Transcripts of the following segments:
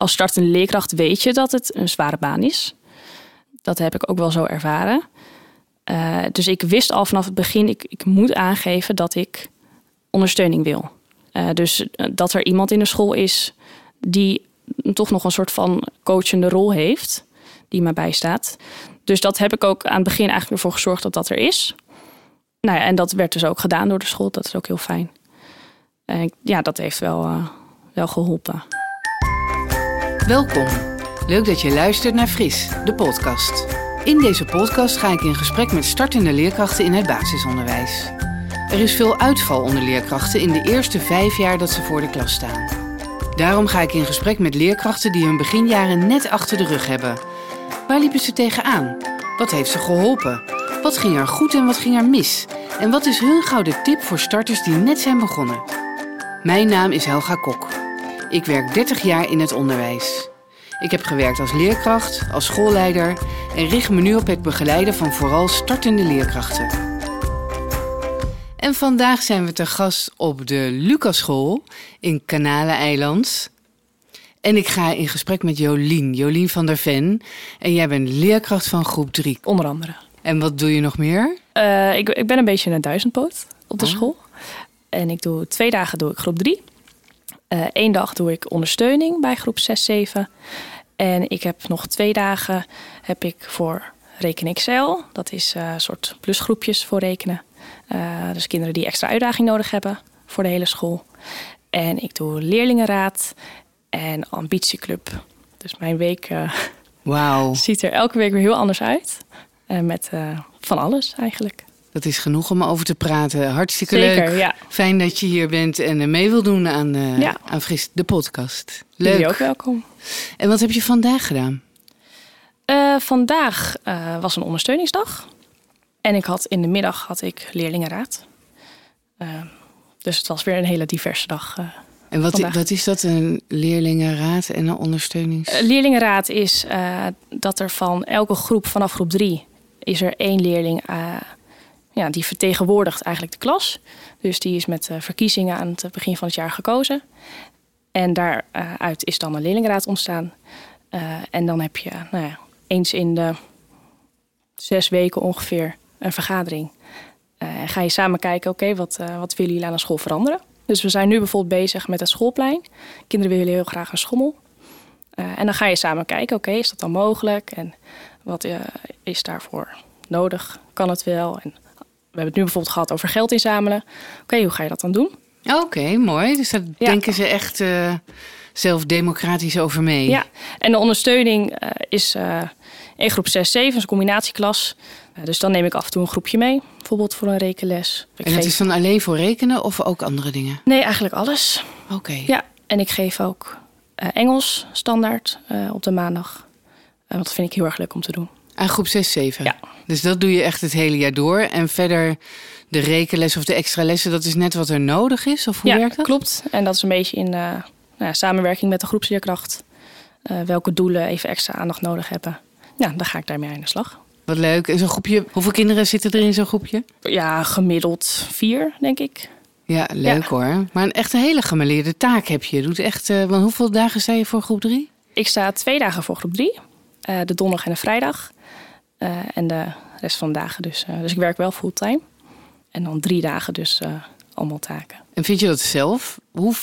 Als startende leerkracht weet je dat het een zware baan is. Dat heb ik ook wel zo ervaren. Dus ik wist al vanaf het begin, ik moet aangeven dat ik ondersteuning wil. Dus dat er iemand in de school is die toch nog een soort van coachende rol heeft, die mij bijstaat. Dus dat heb ik ook aan het begin eigenlijk ervoor gezorgd dat dat er is. Nou ja, en dat werd dus ook gedaan door de school. Dat is ook heel fijn. Ja, dat heeft wel geholpen. Welkom. Leuk dat je luistert naar Fris, de podcast. In deze podcast ga ik in gesprek met startende leerkrachten in het basisonderwijs. Er is veel uitval onder leerkrachten in de eerste 5 jaar dat ze voor de klas staan. Daarom ga ik in gesprek met leerkrachten die hun beginjaren net achter de rug hebben. Waar liepen ze tegenaan? Wat heeft ze geholpen? Wat ging er goed en wat ging er mis? En wat is hun gouden tip voor starters die net zijn begonnen? Mijn naam is Helga Kok. Ik werk 30 jaar in het onderwijs. Ik heb gewerkt als leerkracht, als schoolleider en richt me nu op het begeleiden van vooral startende leerkrachten. En vandaag zijn we te gast op de Lucaschool in Kanaleneiland. En ik ga in gesprek met Jolien van der Ven. En jij bent leerkracht van groep 3. Onder andere. En wat doe je nog meer? Ik ben een beetje een duizendpoot op de school. En ik doe 2 dagen doe ik groep 3. 1 dag doe ik ondersteuning bij groep 6, 7. En ik heb nog 2 dagen heb ik voor Reken XL. Dat is een soort plusgroepjes voor rekenen. Dus kinderen die extra uitdaging nodig hebben voor de hele school. En ik doe leerlingenraad en ambitieclub. Dus mijn week ziet er elke week weer heel anders uit. Met van alles eigenlijk. Dat is genoeg om over te praten. Hartstikke Zeker, leuk. Ja. Fijn dat je hier bent en mee wil doen aan Fris, de podcast. Leuk. Jullie ook welkom. En wat heb je vandaag gedaan? Vandaag was een ondersteuningsdag. En in de middag had ik leerlingenraad. Dus het was weer een hele diverse dag. En wat is dat, een leerlingenraad en een ondersteunings... Leerlingenraad is dat er van elke groep vanaf groep 3 is er 1 leerling die vertegenwoordigt eigenlijk de klas. Dus die is met verkiezingen aan het begin van het jaar gekozen. En daaruit is dan een leerlingenraad ontstaan. En dan heb je eens in de 6 weken ongeveer een vergadering. En ga je samen kijken, oké, wat willen jullie aan de school veranderen? Dus we zijn nu bijvoorbeeld bezig met het schoolplein. Kinderen willen heel graag een schommel. En dan ga je samen kijken, oké, is dat dan mogelijk? En wat is daarvoor nodig? Kan het wel? En we hebben het nu bijvoorbeeld gehad over geld inzamelen. Oké, hoe ga je dat dan doen? Oké, mooi. Dus daar denken ze echt zelf democratisch over mee. Ja, en de ondersteuning is in groep 6, 7, is een combinatieklas. Dus dan neem ik af en toe een groepje mee. Bijvoorbeeld voor een rekenles. En het is dan alleen voor rekenen of ook andere dingen? Nee, eigenlijk alles. Oké. Ja, en ik geef ook Engels standaard op de maandag. Want dat vind ik heel erg leuk om te doen. Aan groep 6, 7? Ja. Dus dat doe je echt het hele jaar door. En verder de rekenles of de extra lessen, dat is net wat er nodig is? Of hoe werkt dat? Ja, klopt. En dat is een beetje in samenwerking met de groepsleerkracht. Welke doelen even extra aandacht nodig hebben. Ja, dan ga ik daarmee aan de slag. Wat leuk. En zo'n groepje, hoeveel kinderen zitten er in zo'n groepje? Ja, gemiddeld 4, denk ik. Ja, leuk hoor. Maar echt een hele gemêleerde taak heb je. Je doet echt, want hoeveel dagen sta je voor groep 3? Ik sta 2 dagen voor groep 3. De donderdag en de vrijdag. En de rest van de dagen dus. Dus ik werk wel fulltime. En dan 3 dagen dus allemaal taken. En vind je dat zelf?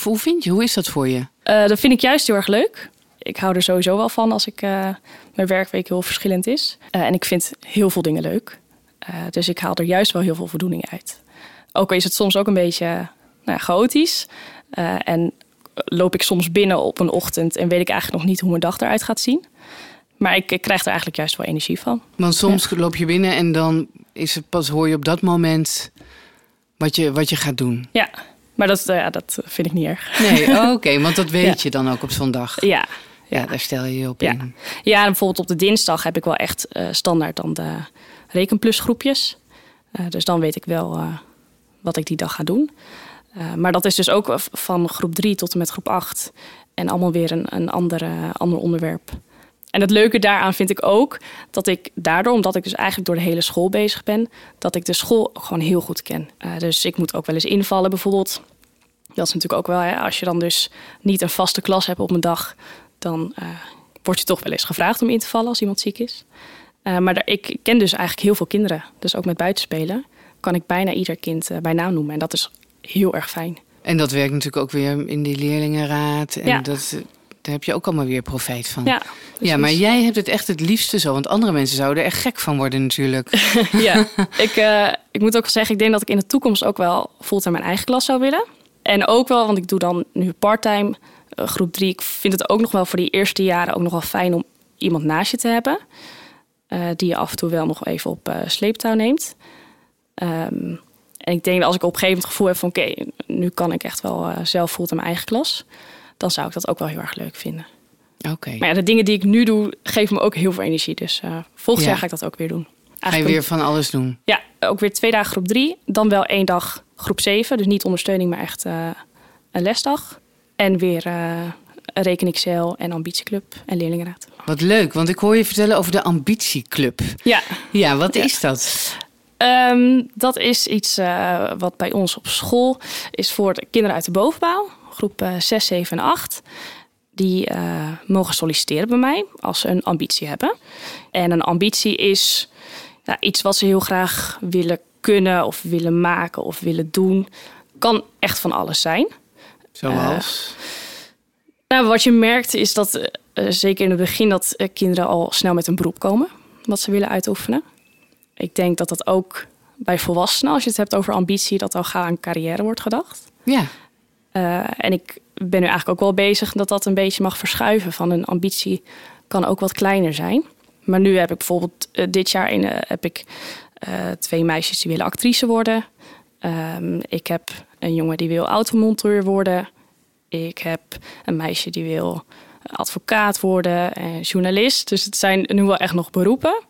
Hoe is dat voor je? Dat vind ik juist heel erg leuk. Ik hou er sowieso wel van als mijn werkweek heel verschillend is. En ik vind heel veel dingen leuk. Dus ik haal er juist wel heel veel voldoening uit. Ook al is het soms ook een beetje chaotisch. En loop ik soms binnen op een ochtend en weet ik eigenlijk nog niet hoe mijn dag eruit gaat zien. Maar ik krijg er eigenlijk juist wel energie van. Want soms loop je binnen en dan is het pas, hoor je op dat moment wat je gaat doen. Ja, maar dat vind ik niet erg. Nee, oké, want dat weet je dan ook op zo'n dag. Ja, daar stel je je op in. Ja, en bijvoorbeeld op de dinsdag heb ik wel echt standaard dan de rekenplusgroepjes. Dus dan weet ik wel wat ik die dag ga doen. Maar dat is dus ook van groep 3 tot en met groep 8. En allemaal weer een ander onderwerp. En het leuke daaraan vind ik ook dat ik daardoor, omdat ik dus eigenlijk door de hele school bezig ben, dat ik de school ook gewoon heel goed ken. Dus ik moet ook wel eens invallen bijvoorbeeld. Dat is natuurlijk ook wel, als je dan dus niet een vaste klas hebt op een dag, dan word je toch wel eens gevraagd om in te vallen als iemand ziek is. Maar ik ken dus eigenlijk heel veel kinderen. Dus ook met buitenspelen kan ik bijna ieder kind bij naam noemen. En dat is heel erg fijn. En dat werkt natuurlijk ook weer in die leerlingenraad. En daar heb je ook allemaal weer profijt van. Ja, ja, maar jij hebt het echt het liefste zo. Want andere mensen zouden er echt gek van worden natuurlijk. Ja, ik moet ook zeggen, ik denk dat ik in de toekomst ook wel fulltime mijn eigen klas zou willen. En ook wel, want ik doe dan nu parttime groep 3. Ik vind het ook nog wel voor die eerste jaren ook nog wel fijn om iemand naast je te hebben. Die je af en toe wel nog even op sleeptouw neemt. En ik denk dat als ik op een gegeven moment het gevoel heb van oké, nu kan ik echt wel zelf fulltime mijn eigen klas. Dan zou ik dat ook wel heel erg leuk vinden. Oké. Maar ja, de dingen die ik nu doe, geven me ook heel veel energie. Dus volgend jaar ga ik dat ook weer doen. Ga je weer van alles doen? Ja, ook weer 2 dagen groep 3. Dan wel 1 dag groep 7. Dus niet ondersteuning, maar echt een lesdag. En weer Reken-XL en Ambitieclub en Leerlingenraad. Wat leuk, want ik hoor je vertellen over de Ambitieclub. Ja. Ja, wat is dat? Dat is iets wat bij ons op school is voor de kinderen uit de bovenbouw. Groep 6, 7 en 8. Die mogen solliciteren bij mij als ze een ambitie hebben. En een ambitie is iets wat ze heel graag willen kunnen of willen maken of willen doen. Kan echt van alles zijn. Zoals? Wat je merkt is dat, zeker in het begin, dat kinderen al snel met een beroep komen. Wat ze willen uitoefenen. Ik denk dat dat ook bij volwassenen, als je het hebt over ambitie, dat al gauw aan carrière wordt gedacht. Ja. En ik ben nu eigenlijk ook wel bezig dat een beetje mag verschuiven. Van een ambitie kan ook wat kleiner zijn. Maar nu heb ik bijvoorbeeld dit jaar heb ik 2 meisjes die willen actrice worden. Ik heb een jongen die wil automonteur worden. Ik heb een meisje die wil advocaat worden en journalist. Dus het zijn nu wel echt nog beroepen.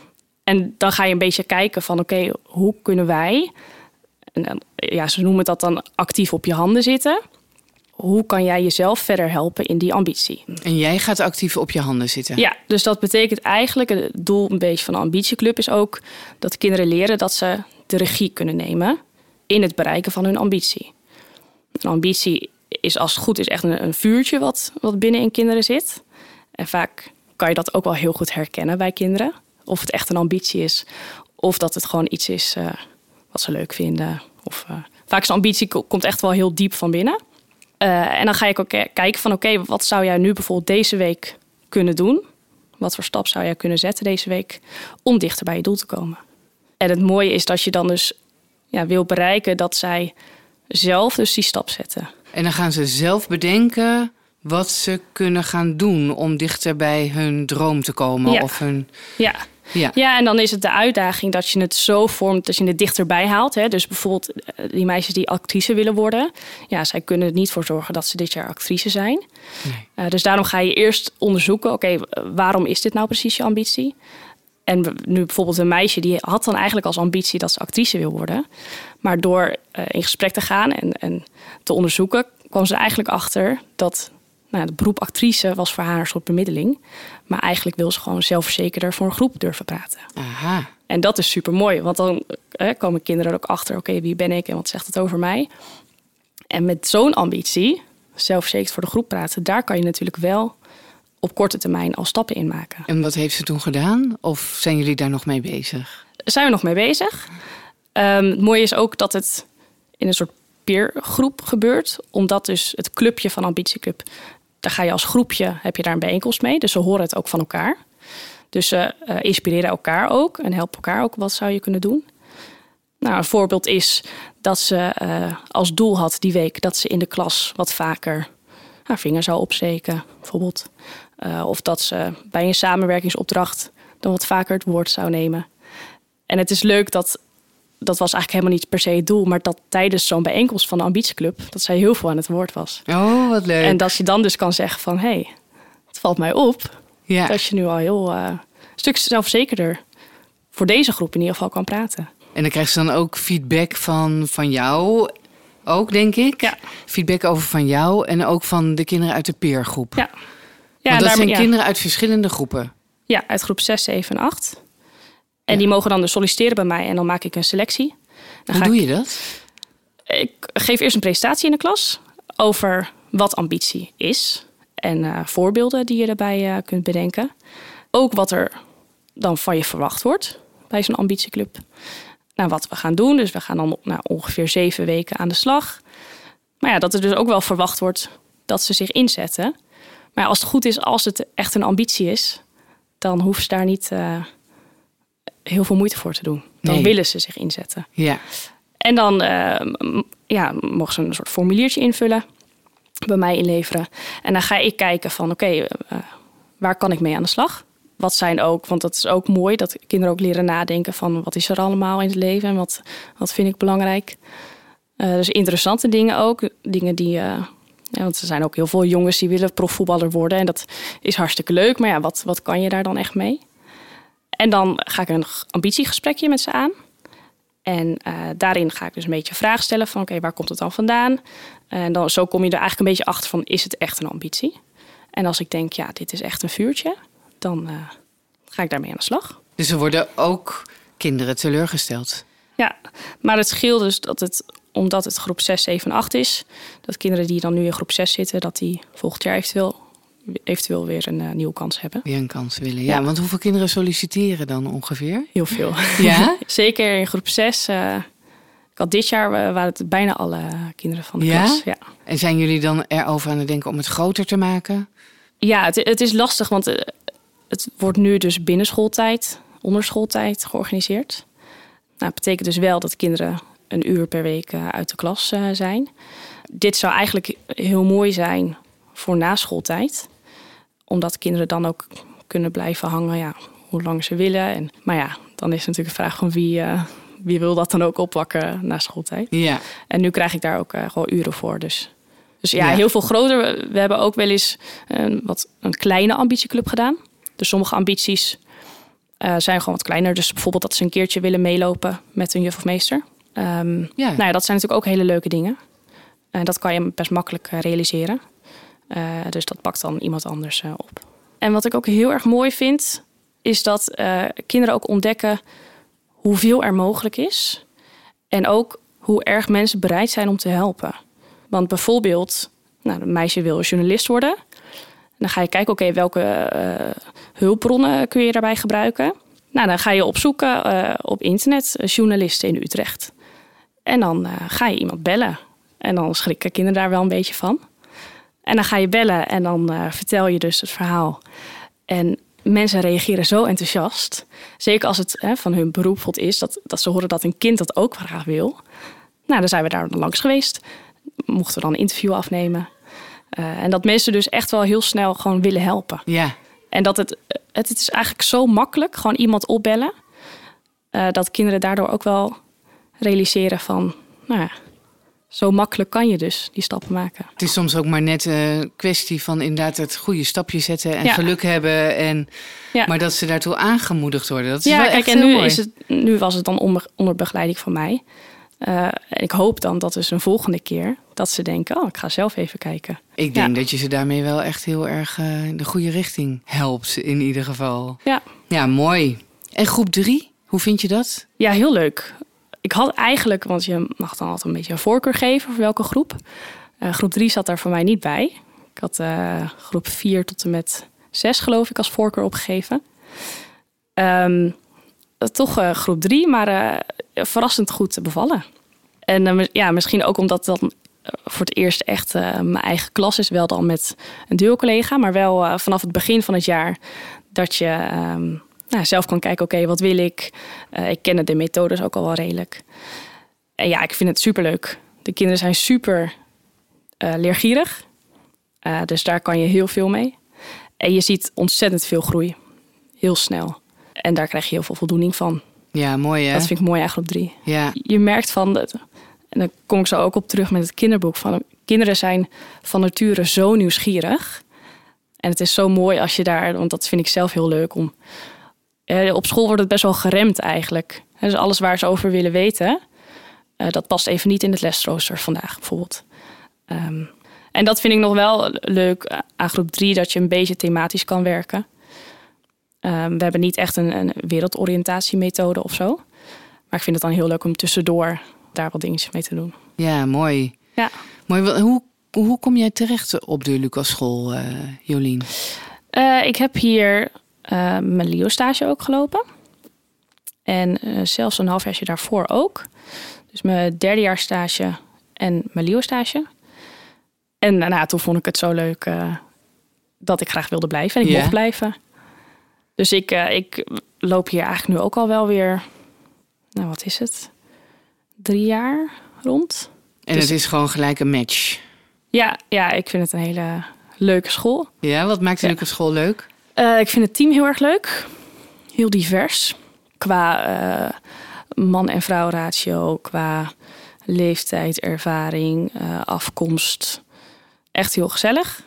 En dan ga je een beetje kijken van oké, hoe kunnen wij... En ze noemen dat dan actief op je handen zitten. Hoe kan jij jezelf verder helpen in die ambitie? En jij gaat actief op je handen zitten? Ja, dus dat betekent eigenlijk, het doel een beetje van de Ambitieclub is ook dat de kinderen leren dat ze de regie kunnen nemen in het bereiken van hun ambitie. Een ambitie is als het goed is echt een vuurtje wat binnen in kinderen zit. En vaak kan je dat ook wel heel goed herkennen bij kinderen. Of het echt een ambitie is of dat het gewoon iets is wat ze leuk vinden. Vaak is een ambitie komt echt wel heel diep van binnen. En dan ga ik ook kijken van oké, wat zou jij nu bijvoorbeeld deze week kunnen doen? Wat voor stap zou jij kunnen zetten deze week om dichter bij je doel te komen? En het mooie is dat je dan dus wil bereiken dat zij zelf dus die stap zetten. En dan gaan ze zelf bedenken wat ze kunnen gaan doen om dichter bij hun droom te komen. Ja. Of hun... Ja, en dan is het de uitdaging dat je het zo vormt dat je het dichterbij haalt. Hè. Dus bijvoorbeeld die meisjes die actrice willen worden. Ja, zij kunnen er niet voor zorgen dat ze dit jaar actrice zijn. Nee. Dus daarom ga je eerst onderzoeken, oké, waarom is dit nou precies je ambitie? En nu bijvoorbeeld een meisje die had dan eigenlijk als ambitie dat ze actrice wil worden. Maar door in gesprek te gaan en te onderzoeken, kwam ze eigenlijk achter dat het beroep actrice was voor haar een soort bemiddeling. Maar eigenlijk wil ze gewoon zelfverzekerder voor een groep durven praten. Aha. En dat is super mooi, want dan komen kinderen er ook achter, oké, wie ben ik en wat zegt het over mij? En met zo'n ambitie, zelfverzekerd voor de groep praten, daar kan je natuurlijk wel op korte termijn al stappen in maken. En wat heeft ze toen gedaan? Of zijn jullie daar nog mee bezig? Daar zijn we nog mee bezig. Het mooie is ook dat het in een soort peergroep gebeurt. Omdat dus het clubje van Ambitieclub, daar ga je als groepje, heb je daar een bijeenkomst mee. Dus ze horen het ook van elkaar. Dus ze inspireren elkaar ook en helpen elkaar ook. Wat zou je kunnen doen? Nou, een voorbeeld is dat ze als doel had die week dat ze in de klas wat vaker haar vinger zou opsteken, bijvoorbeeld. Of dat ze bij een samenwerkingsopdracht dan wat vaker het woord zou nemen. En het is leuk dat was eigenlijk helemaal niet per se het doel, maar dat tijdens zo'n bijeenkomst van de Ambitieclub, dat zij heel veel aan het woord was. Oh, wat leuk. En dat je dan dus kan zeggen van, hé, het valt mij op dat je nu al heel een stuk zelfverzekerder voor deze groep in ieder geval kan praten. En dan krijg je dan ook feedback van jou, ook denk ik. Ja. Feedback over van jou en ook van de kinderen uit de peergroep. Ja. Want dat zijn kinderen uit verschillende groepen. Ja, uit groep 6, 7 en 8. En die mogen dan dus solliciteren bij mij en dan maak ik een selectie. Hoe doe je dat? Ik geef eerst een presentatie in de klas over wat ambitie is. en voorbeelden die je erbij kunt bedenken. Ook wat er dan van je verwacht wordt bij zo'n ambitieclub. Nou, wat we gaan doen. Dus we gaan dan ongeveer 7 weken aan de slag. Maar ja, dat er dus ook wel verwacht wordt dat ze zich inzetten. Maar als het goed is, als het echt een ambitie is, dan hoeven ze daar niet heel veel moeite voor te doen. Dan willen ze zich inzetten. Ja. En dan mogen ze een soort formuliertje invullen, bij mij inleveren. En dan ga ik kijken van oké, waar kan ik mee aan de slag? Wat zijn ook, want dat is ook mooi, dat kinderen ook leren nadenken van wat is er allemaal in het leven en wat vind ik belangrijk. Dus interessante dingen ook. Dingen die, want er zijn ook heel veel jongens die willen profvoetballer worden. En dat is hartstikke leuk, maar ja, wat kan je daar dan echt mee? En dan ga ik een ambitiegesprekje met ze aan. En daarin ga ik dus een beetje vragen stellen van oké, waar komt het dan vandaan? En dan zo kom je er eigenlijk een beetje achter van is het echt een ambitie? En als ik denk ja, dit is echt een vuurtje, dan ga ik daarmee aan de slag. Dus er worden ook kinderen teleurgesteld? Ja, maar het scheelt dus omdat het groep 6, 7 en 8 is, dat kinderen die dan nu in groep 6 zitten, dat die volgend jaar eventueel weer een nieuwe kans hebben. Weer een kans willen, ja. Want hoeveel kinderen solliciteren dan ongeveer? Heel veel. Ja? Zeker in groep 6. Ik had dit jaar waren het bijna alle kinderen van de klas. Ja. En zijn jullie dan erover aan het denken om het groter te maken? Ja, het is lastig, want het wordt nu dus binnen schooltijd, onder schooltijd georganiseerd. Nou, dat betekent dus wel dat kinderen een uur per week uit de klas zijn. Dit zou eigenlijk heel mooi zijn voor na schooltijd. Omdat kinderen dan ook kunnen blijven hangen hoe lang ze willen. Maar ja, dan is natuurlijk de vraag van wie wil dat dan ook oppakken na schooltijd. Ja. En nu krijg ik daar ook gewoon uren voor. Dus heel veel groter. We hebben ook wel eens een kleine ambitieclub gedaan. Dus sommige ambities zijn gewoon wat kleiner. Dus bijvoorbeeld dat ze een keertje willen meelopen met een juf of meester. Dat zijn natuurlijk ook hele leuke dingen. Dat kan je best makkelijk realiseren. Dus dat pakt dan iemand anders op. En wat ik ook heel erg mooi vind, is dat kinderen ook ontdekken hoeveel er mogelijk is. En ook hoe erg mensen bereid zijn om te helpen. Want bijvoorbeeld, een meisje wil journalist worden. Dan ga je kijken, oké, welke hulpbronnen kun je daarbij gebruiken? Nou, dan ga je opzoeken op internet journalisten in Utrecht. En dan ga je iemand bellen. En dan schrikken kinderen daar wel een beetje van. En dan ga je bellen en dan vertel je dus het verhaal. En mensen reageren zo enthousiast. Zeker als het van hun beroep is dat ze horen dat een kind dat ook graag wil. Nou, dan zijn we daar langs geweest. Mochten we dan een interview afnemen. En dat mensen dus echt wel heel snel gewoon willen helpen. Ja. En dat het is eigenlijk zo makkelijk, gewoon iemand opbellen. Dat kinderen daardoor ook wel realiseren van, zo makkelijk kan je dus die stappen maken. Het is soms ook maar net een kwestie van inderdaad het goede stapje zetten en geluk hebben. Maar dat ze daartoe aangemoedigd worden. Dat is wel echt heel mooi. Nu was het dan onder begeleiding van mij. En ik hoop dan dat dus een volgende keer dat ze denken, ik ga zelf even kijken. Ik denk dat je ze daarmee wel echt heel erg in de goede richting helpt in ieder geval. Ja, mooi. En groep 3, hoe vind je dat? Ja, heel leuk. Ik had eigenlijk, want je mag dan altijd een beetje een voorkeur geven voor welke groep. Groep 3 zat daar voor mij niet bij. Ik had groep 4 tot en met 6 geloof ik als voorkeur opgegeven. Toch groep 3, maar verrassend goed bevallen. En misschien ook omdat dat voor het eerst echt mijn eigen klas is. Wel dan met een duo-collega, maar wel vanaf het begin van het jaar dat je zelf kan kijken, oké, wat wil ik? Ik ken de methodes ook al wel redelijk. En ik vind het superleuk. De kinderen zijn super leergierig. Dus daar kan je heel veel mee. En je ziet ontzettend veel groei. Heel snel. En daar krijg je heel veel voldoening van. Ja, mooi hè? Dat vind ik mooi aan groep 3. Ja. Je merkt van, en dan kom ik zo ook op terug met het kinderboek, van kinderen zijn van nature zo nieuwsgierig. En het is zo mooi als je daar, want dat vind ik zelf heel leuk om. Op school wordt het best wel geremd eigenlijk. Dus alles waar ze over willen weten, dat past even niet in het lesrooster vandaag bijvoorbeeld. En dat vind ik nog wel leuk aan groep 3, dat je een beetje thematisch kan werken. We hebben niet echt een wereldoriëntatiemethode of zo. Maar ik vind het dan heel leuk om tussendoor daar wat dingetjes mee te doen. Ja, mooi. Ja. Mooi. Hoe Hoe kom jij terecht op de Lucas School, Jolien? Ik heb hier mijn LEO-stage ook gelopen. En zelfs een halfjaartje daarvoor ook. Dus mijn derdejaarstage en mijn LEO-stage. En toen vond ik het zo leuk dat ik graag wilde blijven. En ik mocht blijven. Dus ik loop hier eigenlijk nu ook al wel weer... Nou, wat is het? 3 jaar rond. En dus het is gewoon gelijk een match? Ja, ik vind het een hele leuke school. Ja, wat maakt de Lucas School leuk? Ik vind het team heel erg leuk. Heel divers. Qua man- en vrouw-ratio. Qua leeftijd, ervaring, afkomst. Echt heel gezellig.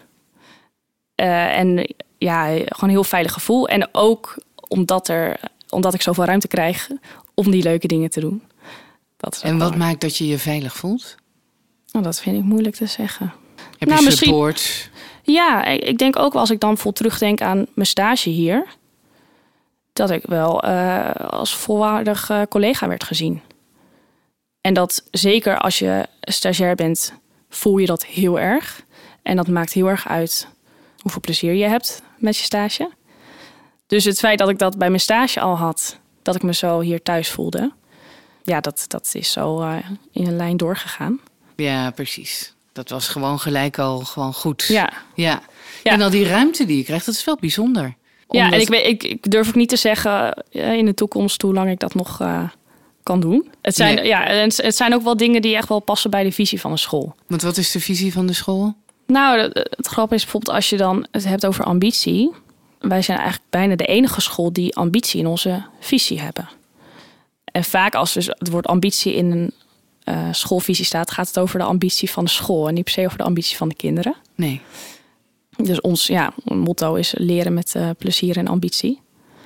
En ja, gewoon een heel veilig gevoel. En ook omdat ik zoveel ruimte krijg om die leuke dingen te doen. En wat maakt dat je je veilig voelt? Nou, dat vind ik moeilijk te zeggen. Heb je support? Ja, ik denk ook wel als ik dan vol terugdenk aan mijn stage hier... dat ik wel als volwaardig collega werd gezien. En dat zeker als je stagiair bent, voel je dat heel erg. En dat maakt heel erg uit hoeveel plezier je hebt met je stage. Dus het feit dat ik dat bij mijn stage al had... dat ik me zo hier thuis voelde... ja, dat is zo in een lijn doorgegaan. Ja, precies. Dat was gewoon gelijk al gewoon goed. Ja. En al die ruimte die je krijgt, dat is wel bijzonder. Ja, en ik durf ook niet te zeggen in de toekomst hoe lang ik dat nog kan doen. Het zijn ook wel dingen die echt wel passen bij de visie van een school. Want wat is de visie van de school? Nou, het grappige is bijvoorbeeld als je dan het hebt over ambitie. Wij zijn eigenlijk bijna de enige school die ambitie in onze visie hebben. En vaak als dus het woord ambitie in een schoolvisie staat... gaat het over de ambitie van de school en niet per se over de ambitie van de kinderen. Nee. Dus ons motto is leren met plezier en ambitie.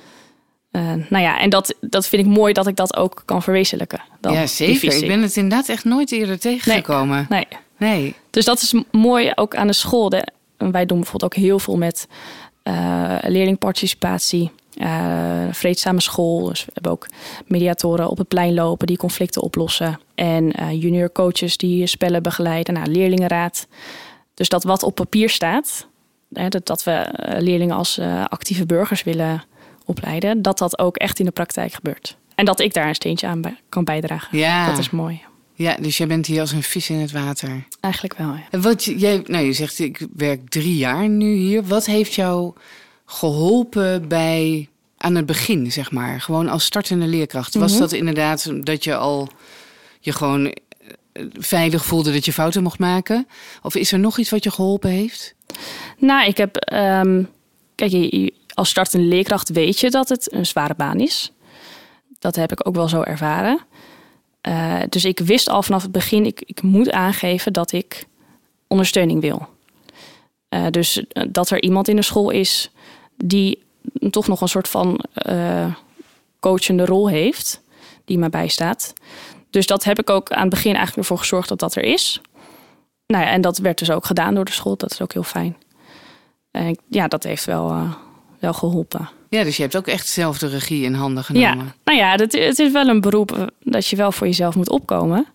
En dat vind ik mooi dat ik dat ook kan verwezenlijken. Ja, zeker. Ik ben het inderdaad echt nooit eerder tegengekomen. Nee. Dus dat is mooi ook aan de school. Wij doen bijvoorbeeld ook heel veel met leerlingparticipatie. Vreedzame school. Dus we hebben ook mediatoren op het plein lopen die conflicten oplossen. En junior coaches die spellen begeleiden. Leerlingenraad. Dus dat wat op papier staat... dat we leerlingen als actieve burgers willen opleiden... dat ook echt in de praktijk gebeurt. En dat ik daar een steentje aan kan bijdragen. Ja. Dat is mooi. Ja, dus jij bent hier als een vis in het water. Eigenlijk wel, ja. En je zegt, ik werk 3 jaar nu hier. Wat heeft jou geholpen aan het begin, zeg maar? Gewoon als startende leerkracht. Was dat inderdaad dat je gewoon veilig voelde dat je fouten mocht maken? Of is er nog iets wat je geholpen heeft? Nou, ik heb... kijk, als startende leerkracht weet je dat het een zware baan is. Dat heb ik ook wel zo ervaren. Dus ik wist al vanaf het begin, ik moet aangeven dat ik ondersteuning wil. Dus dat er iemand in de school is die toch nog een soort van coachende rol heeft, die mij bijstaat. Dus dat heb ik ook aan het begin eigenlijk ervoor gezorgd dat dat er is. Nou ja, en dat werd dus ook gedaan door de school. Dat is ook heel fijn. Ja, dat heeft wel geholpen. Ja, dus je hebt ook echt zelf de regie in handen genomen. Ja, nou ja, het is wel een beroep dat je wel voor jezelf moet opkomen.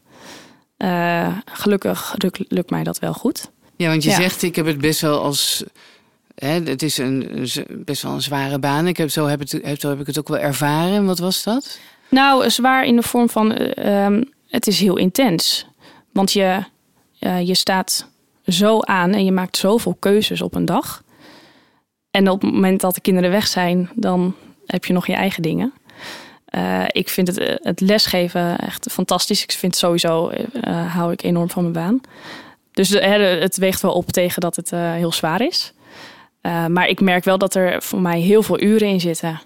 Gelukkig lukt mij dat wel goed. Ja, want je zegt, ik heb het best wel als... het is best wel een zware baan. Zo heb ik het ook wel ervaren. Wat was dat? Nou, zwaar in de vorm van... het is heel intens. Want je staat zo aan en je maakt zoveel keuzes op een dag. En op het moment dat de kinderen weg zijn, dan heb je nog je eigen dingen. Ik vind het lesgeven echt fantastisch. Ik vind sowieso, hou ik enorm van mijn baan. Dus het weegt wel op tegen dat het heel zwaar is. Maar ik merk wel dat er voor mij heel veel uren in zitten.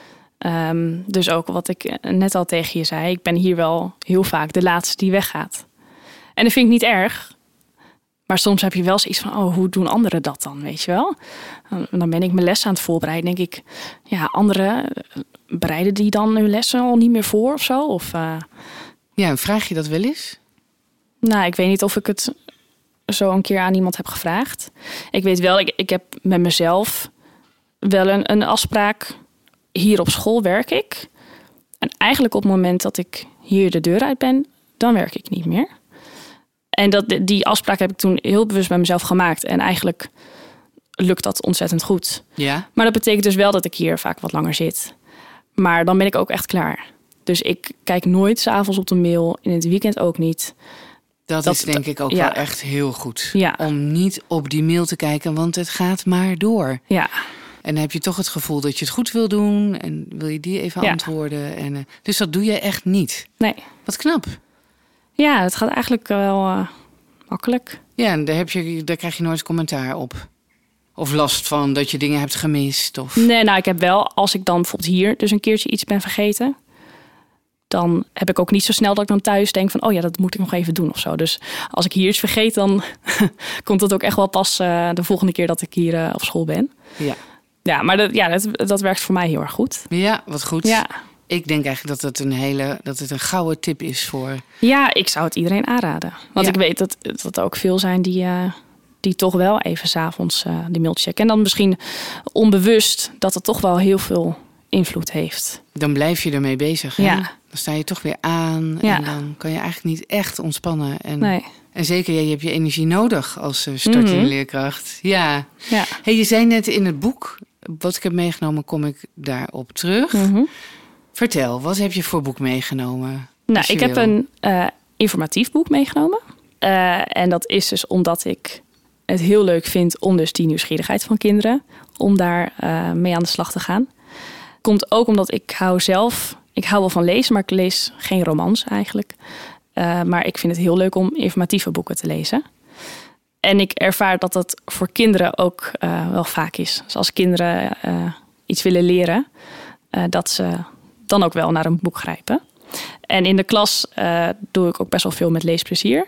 Dus ook wat ik net al tegen je zei. Ik ben hier wel heel vaak de laatste die weggaat. En dat vind ik niet erg. Maar soms heb je wel zoiets van, hoe doen anderen dat dan, weet je wel? Dan ben ik mijn les aan het voorbereiden. Denk ik, ja, anderen bereiden die dan hun lessen al niet meer voor of zo? Of, Ja, vraag je dat wel eens? Nou, ik weet niet of ik het zo een keer aan iemand heb gevraagd. Ik weet wel, ik heb met mezelf wel een afspraak. Hier op school werk ik. En eigenlijk op het moment dat ik hier de deur uit ben, dan werk ik niet meer. En die afspraak heb ik toen heel bewust bij mezelf gemaakt. En eigenlijk lukt dat ontzettend goed. Ja. Maar dat betekent dus wel dat ik hier vaak wat langer zit. Maar dan ben ik ook echt klaar. Dus ik kijk nooit 's avonds op de mail. In het weekend ook niet. Dat is denk ik ook wel echt heel goed. Ja. Om niet op die mail te kijken, want het gaat maar door. Ja. En dan heb je toch het gevoel dat je het goed wil doen. En wil je die even antwoorden. En, dus dat doe je echt niet. Nee. Wat knap. Ja, het gaat eigenlijk wel makkelijk. Ja, en daar krijg je nooit commentaar op. Of last van dat je dingen hebt gemist. Of... Nee, nou ik heb wel, als ik dan bijvoorbeeld hier dus een keertje iets ben vergeten, dan heb ik ook niet zo snel dat ik dan thuis denk van, oh ja, dat moet ik nog even doen of zo. Dus als ik hier iets vergeet, dan komt het ook echt wel pas de volgende keer dat ik hier op school ben. Ja. Ja, maar dat werkt voor mij heel erg goed. Ja, wat goed. Ja. Ik denk eigenlijk dat het een gouden tip is voor... Ja, ik zou het iedereen aanraden. Want ik weet dat er ook veel zijn die toch wel even 's avonds die mail checken. En dan misschien onbewust dat het toch wel heel veel invloed heeft. Dan blijf je ermee bezig. Hè? Ja. Dan sta je toch weer aan. Ja. En dan kan je eigenlijk niet echt ontspannen. Nee. En zeker, je hebt je energie nodig als startende leerkracht. Ja. Hey, je zei net in het boek, wat ik heb meegenomen, kom ik daarop terug. Mm-hmm. Vertel, wat heb je voor boek meegenomen? Nou, ik heb een informatief boek meegenomen. En dat is dus omdat ik het heel leuk vind om dus die nieuwsgierigheid van kinderen, om daar mee aan de slag te gaan. Komt ook omdat ik hou wel van lezen, maar ik lees geen romans eigenlijk. Maar ik vind het heel leuk om informatieve boeken te lezen. En ik ervaar dat dat voor kinderen ook wel vaak is. Dus als kinderen iets willen leren, dat ze dan ook wel naar een boek grijpen. En in de klas doe ik ook best wel veel met leesplezier.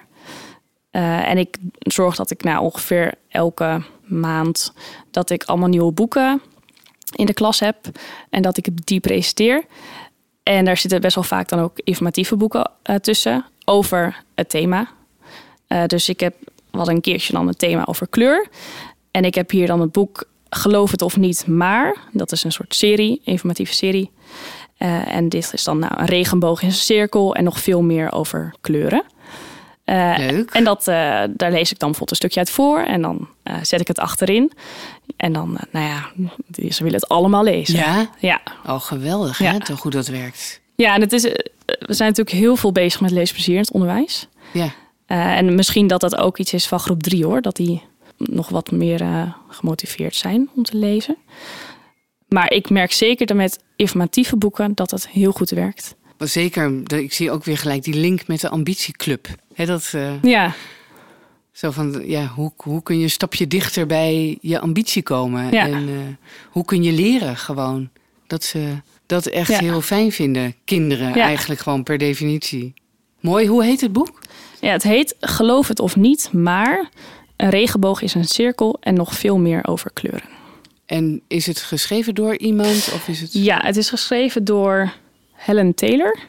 En ik zorg dat ik ongeveer elke maand dat ik allemaal nieuwe boeken in de klas heb. En dat ik die presenteer. En daar zitten best wel vaak dan ook informatieve boeken tussen over het thema. Dus we hadden een keertje dan een thema over kleur. En ik heb hier dan het boek Geloof het of niet, maar. Dat is een soort serie, informatieve serie. En dit is dan een regenboog in een cirkel en nog veel meer over kleuren. Leuk. En daar lees ik dan bijvoorbeeld een stukje uit voor. En dan zet ik het achterin. En dan, ze willen het allemaal lezen. Ja? Ja. Oh, geweldig, hè? Toch hoe dat werkt. Ja, en we zijn natuurlijk heel veel bezig met leesplezier in het onderwijs. Ja. En misschien dat ook iets is van groep 3, hoor. Dat die nog wat meer gemotiveerd zijn om te lezen. Maar ik merk zeker dat met informatieve boeken dat het heel goed werkt. Zeker, ik zie ook weer gelijk die link met de ambitieclub. Ja. Zo van, hoe kun je een stapje dichter bij je ambitie komen? Ja. En hoe kun je leren gewoon? Dat ze dat echt heel fijn vinden. Kinderen eigenlijk gewoon per definitie. Mooi, hoe heet het boek? Ja, het heet Geloof het of niet, maar een regenboog is een cirkel en nog veel meer over kleuren. En is het geschreven door iemand? Of is het... Ja, het is geschreven door Helen Taylor.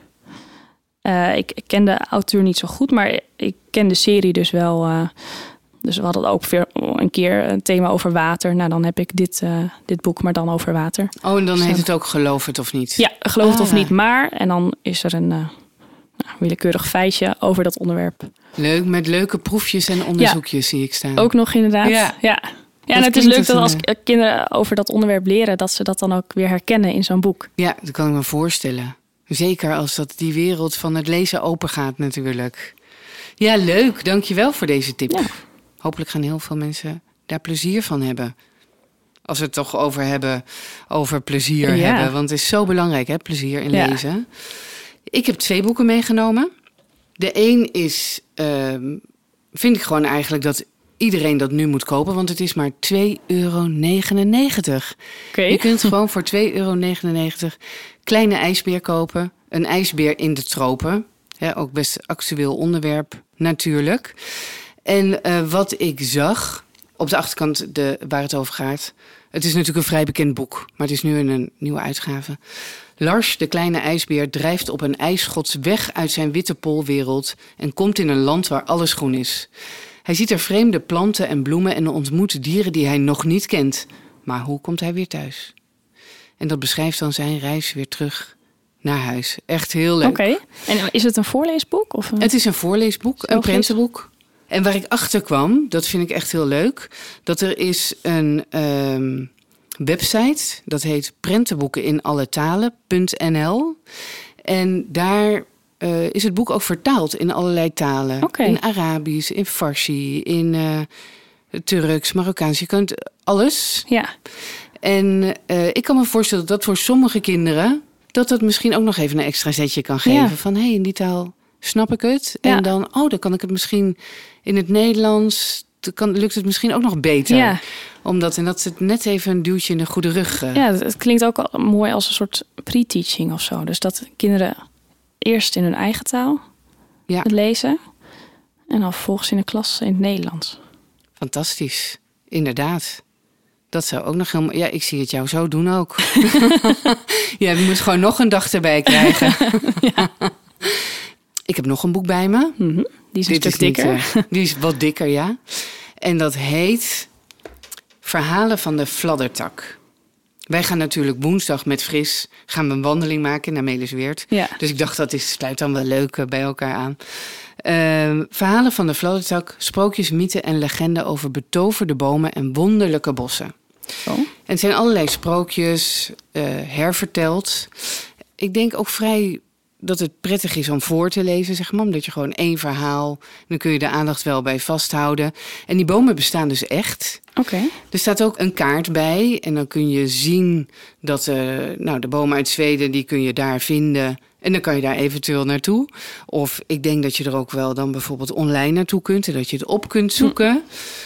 Ik ken de auteur niet zo goed, maar ik ken de serie dus wel. Dus we hadden ook een keer een thema over water. Nou, dan heb ik dit boek, maar dan over water. Oh, en dan heet het ook Geloof het of niet? Ja, Geloof het of niet, maar. En dan is er een willekeurig feitje over dat onderwerp. Leuk, met leuke proefjes en onderzoekjes zie ik staan. Ook nog inderdaad, ja. En het is leuk dat als kinderen over dat onderwerp leren, dat ze dat dan ook weer herkennen in zo'n boek. Ja, dat kan ik me voorstellen. Zeker als die wereld van het lezen open gaat natuurlijk. Ja, leuk. Dankjewel voor deze tip. Ja. Hopelijk gaan heel veel mensen daar plezier van hebben. Als we het toch over plezier hebben. Want het is zo belangrijk, hè, plezier in lezen. Ik heb 2 boeken meegenomen. De een is, vind ik gewoon eigenlijk dat iedereen dat nu moet kopen, want het is maar €2,99. Okay. Je kunt gewoon voor €2,99 Kleine IJsbeer kopen. Een ijsbeer in de tropen. Ja, ook best actueel onderwerp natuurlijk. En wat ik zag, op de achterkant waar het over gaat. Het is natuurlijk een vrij bekend boek, maar het is nu in een nieuwe uitgave. Lars, de kleine ijsbeer, drijft op een ijsschots weg uit zijn witte poolwereld en komt in een land waar alles groen is. Hij ziet er vreemde planten en bloemen en ontmoet dieren die hij nog niet kent. Maar hoe komt hij weer thuis? En dat beschrijft dan zijn reis weer terug naar huis. Echt heel leuk. Oké. En is het een voorleesboek? Of Het is een voorleesboek, een prentenboek. En waar ik achter kwam, dat vind ik echt heel leuk, dat er is een website, dat heet prentenboekeninalletalen.nl. En daar is het boek ook vertaald in allerlei talen. Okay. In Arabisch, in Farsi, in Turks, Marokkaans. Je kunt alles. Ja. En ik kan me voorstellen dat voor sommige kinderen dat misschien ook nog even een extra zetje kan geven. Ja. Van, in die taal snap ik het. Ja. En dan kan ik het misschien in het Nederlands, lukt het misschien ook nog beter. Ja. En dat is het net even een duwtje in de goede rug. Ja, het klinkt ook mooi als een soort pre-teaching of zo. Dus dat kinderen eerst in hun eigen taal het lezen. En dan vervolgens in de klas in het Nederlands. Fantastisch, inderdaad. Dat zou ook nog helemaal... Ja, ik zie het jou zo doen ook. Ja, je moet gewoon nog een dag erbij krijgen. Ja. Ik heb nog een boek bij me. Mm-hmm. Die is een stuk dikker. Die is wat dikker, ja. En dat heet Verhalen van de Fladdertak. Wij gaan natuurlijk woensdag met Fris gaan we een wandeling maken naar Melisweert. Ja. Dus ik dacht, dat sluit dan wel leuk bij elkaar aan. Verhalen van de Fladdertak, sprookjes, mythen en legenden over betoverde bomen en wonderlijke bossen. Oh. En het zijn allerlei sprookjes, herverteld. Ik denk ook vrij dat het prettig is om voor te lezen, zeg maar. Omdat je gewoon één verhaal, dan kun je de aandacht wel bij vasthouden. En die bomen bestaan dus echt. Okay. Er staat ook een kaart bij. En dan kun je zien dat de bomen uit Zweden, die kun je daar vinden. En dan kan je daar eventueel naartoe. Of ik denk dat je er ook wel dan bijvoorbeeld online naartoe kunt. En dat je het op kunt zoeken.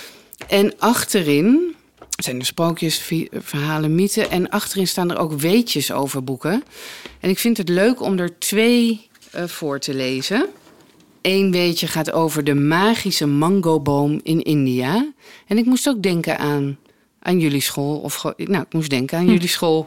En achterin zijn er sprookjes, verhalen, mythen. En achterin staan er ook weetjes over boeken. En ik vind het leuk om er 2 voor te lezen. 1 weetje gaat over de magische mangoboom in India. En ik moest ook denken aan jullie school. Ik moest denken aan jullie school.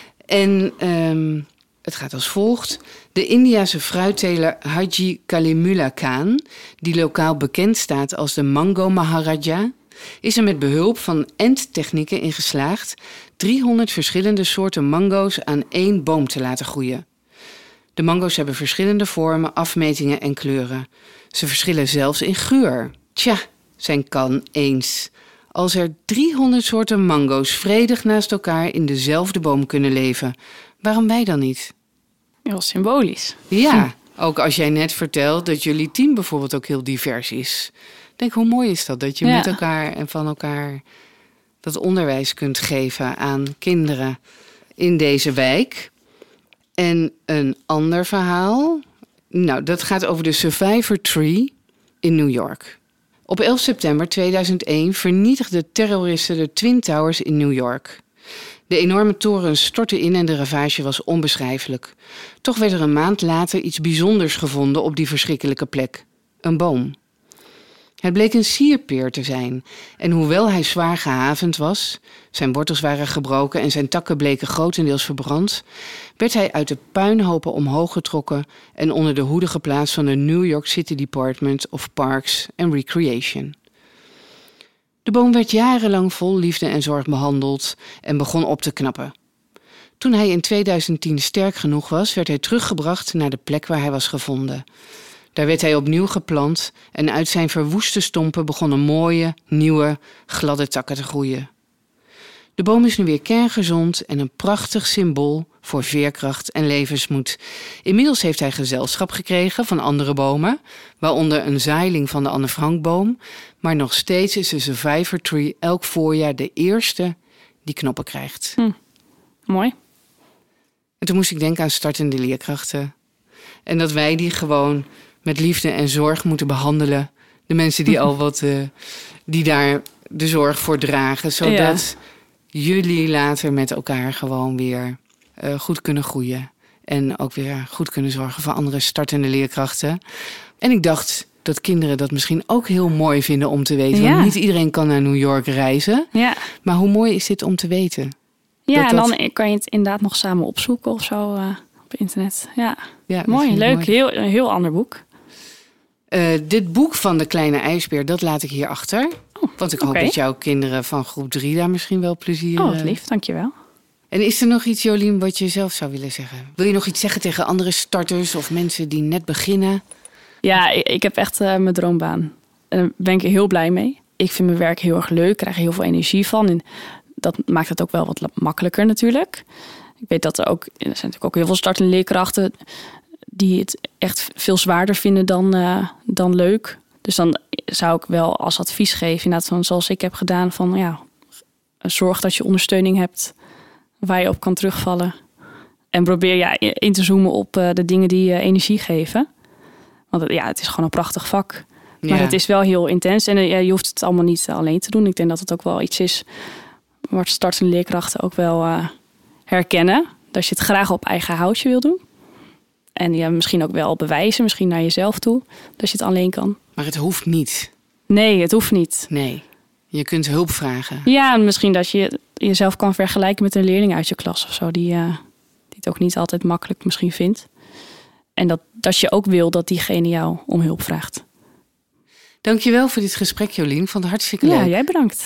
En het gaat als volgt. De Indiase fruitteler Haji Kalimullah Khan, die lokaal bekend staat als de Mango Maharaja, is er met behulp van enttechnieken in geslaagd 300 verschillende soorten mango's aan 1 boom te laten groeien. De mango's hebben verschillende vormen, afmetingen en kleuren. Ze verschillen zelfs in geur. Tja, zei Khan eens. Als er 300 soorten mango's vredig naast elkaar in dezelfde boom kunnen leven, waarom wij dan niet? Heel symbolisch. Ja, ook als jij net vertelt dat jullie team bijvoorbeeld ook heel divers is. Denk, hoe mooi is dat je met elkaar en van elkaar dat onderwijs kunt geven aan kinderen in deze wijk. En een ander verhaal, dat gaat over de Survivor Tree in New York. Op 11 september 2001 vernietigden terroristen de Twin Towers in New York. De enorme toren stortte in en de ravage was onbeschrijfelijk. Toch werd er een maand later iets bijzonders gevonden op die verschrikkelijke plek. Een boom. Het bleek een sierpeer te zijn. En hoewel hij zwaar gehavend was, zijn wortels waren gebroken en zijn takken bleken grotendeels verbrand, werd hij uit de puinhopen omhoog getrokken en onder de hoede geplaatst van de New York City Department of Parks and Recreation. De boom werd jarenlang vol liefde en zorg behandeld en begon op te knappen. Toen hij in 2010 sterk genoeg was, werd hij teruggebracht naar de plek waar hij was gevonden. Daar werd hij opnieuw geplant en uit zijn verwoeste stompen begonnen mooie, nieuwe, gladde takken te groeien. De boom is nu weer kerngezond en een prachtig symbool voor veerkracht en levensmoed. Inmiddels heeft hij gezelschap gekregen van andere bomen, waaronder een zaailing van de Anne Frankboom, maar nog steeds is de Survivor Tree elk voorjaar de eerste die knoppen krijgt. Mooi. En toen moest ik denken aan startende leerkrachten. En dat wij die gewoon met liefde en zorg moeten behandelen. De mensen die al die daar de zorg voor dragen, zodat jullie later met elkaar gewoon weer goed kunnen groeien. En ook weer goed kunnen zorgen voor andere startende leerkrachten. En ik dacht dat kinderen dat misschien ook heel mooi vinden om te weten. Want niet iedereen kan naar New York reizen. Ja. Maar hoe mooi is dit om te weten? Ja, en dan kan je het inderdaad nog samen opzoeken of zo op internet. Ja mooi, leuk. Mooi. Een heel ander boek. Dit boek van de kleine ijsbeer, dat laat ik hier achter. Want ik hoop dat jouw kinderen van groep 3 daar misschien wel plezier... wat lief, dankjewel. En is er nog iets, Jolien, wat je zelf zou willen zeggen? Wil je nog iets zeggen tegen andere starters of mensen die net beginnen? Ja, ik heb echt mijn droombaan. En daar ben ik heel blij mee. Ik vind mijn werk heel erg leuk, krijg er heel veel energie van. En dat maakt het ook wel wat makkelijker natuurlijk. Ik weet dat er zijn natuurlijk ook heel veel startende leerkrachten die het echt veel zwaarder vinden dan leuk. Dus dan zou ik wel als advies geven, inderdaad, van zoals ik heb gedaan, van zorg dat je ondersteuning hebt waar je op kan terugvallen. En probeer in te zoomen op de dingen die je energie geven. Want het is gewoon een prachtig vak. Maar het is wel heel intens. En je hoeft het allemaal niet alleen te doen. Ik denk dat het ook wel iets is waar startende leerkrachten ook wel herkennen. Dat je het graag op eigen houtje wil doen. En misschien ook wel bewijzen, misschien naar jezelf toe, dat je het alleen kan. Maar het hoeft niet. Nee, het hoeft niet. Nee, je kunt hulp vragen. Ja, en misschien dat je jezelf kan vergelijken met een leerling uit je klas of zo. Die het ook niet altijd makkelijk misschien vindt. En dat je ook wil dat diegene jou om hulp vraagt. Dankjewel voor dit gesprek, Jolien. Vond het hartstikke leuk. Ja, jij bedankt.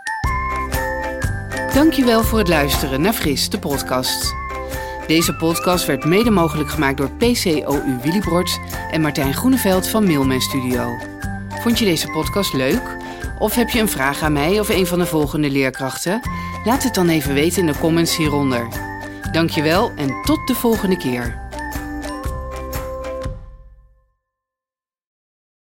Dankjewel voor het luisteren naar Fris, de podcast. Deze podcast werd mede mogelijk gemaakt door PCOU Willibrord en Martijn Groeneveld van Mailman Studio. Vond je deze podcast leuk? Of heb je een vraag aan mij of een van de volgende leerkrachten? Laat het dan even weten in de comments hieronder. Dankjewel en tot de volgende keer.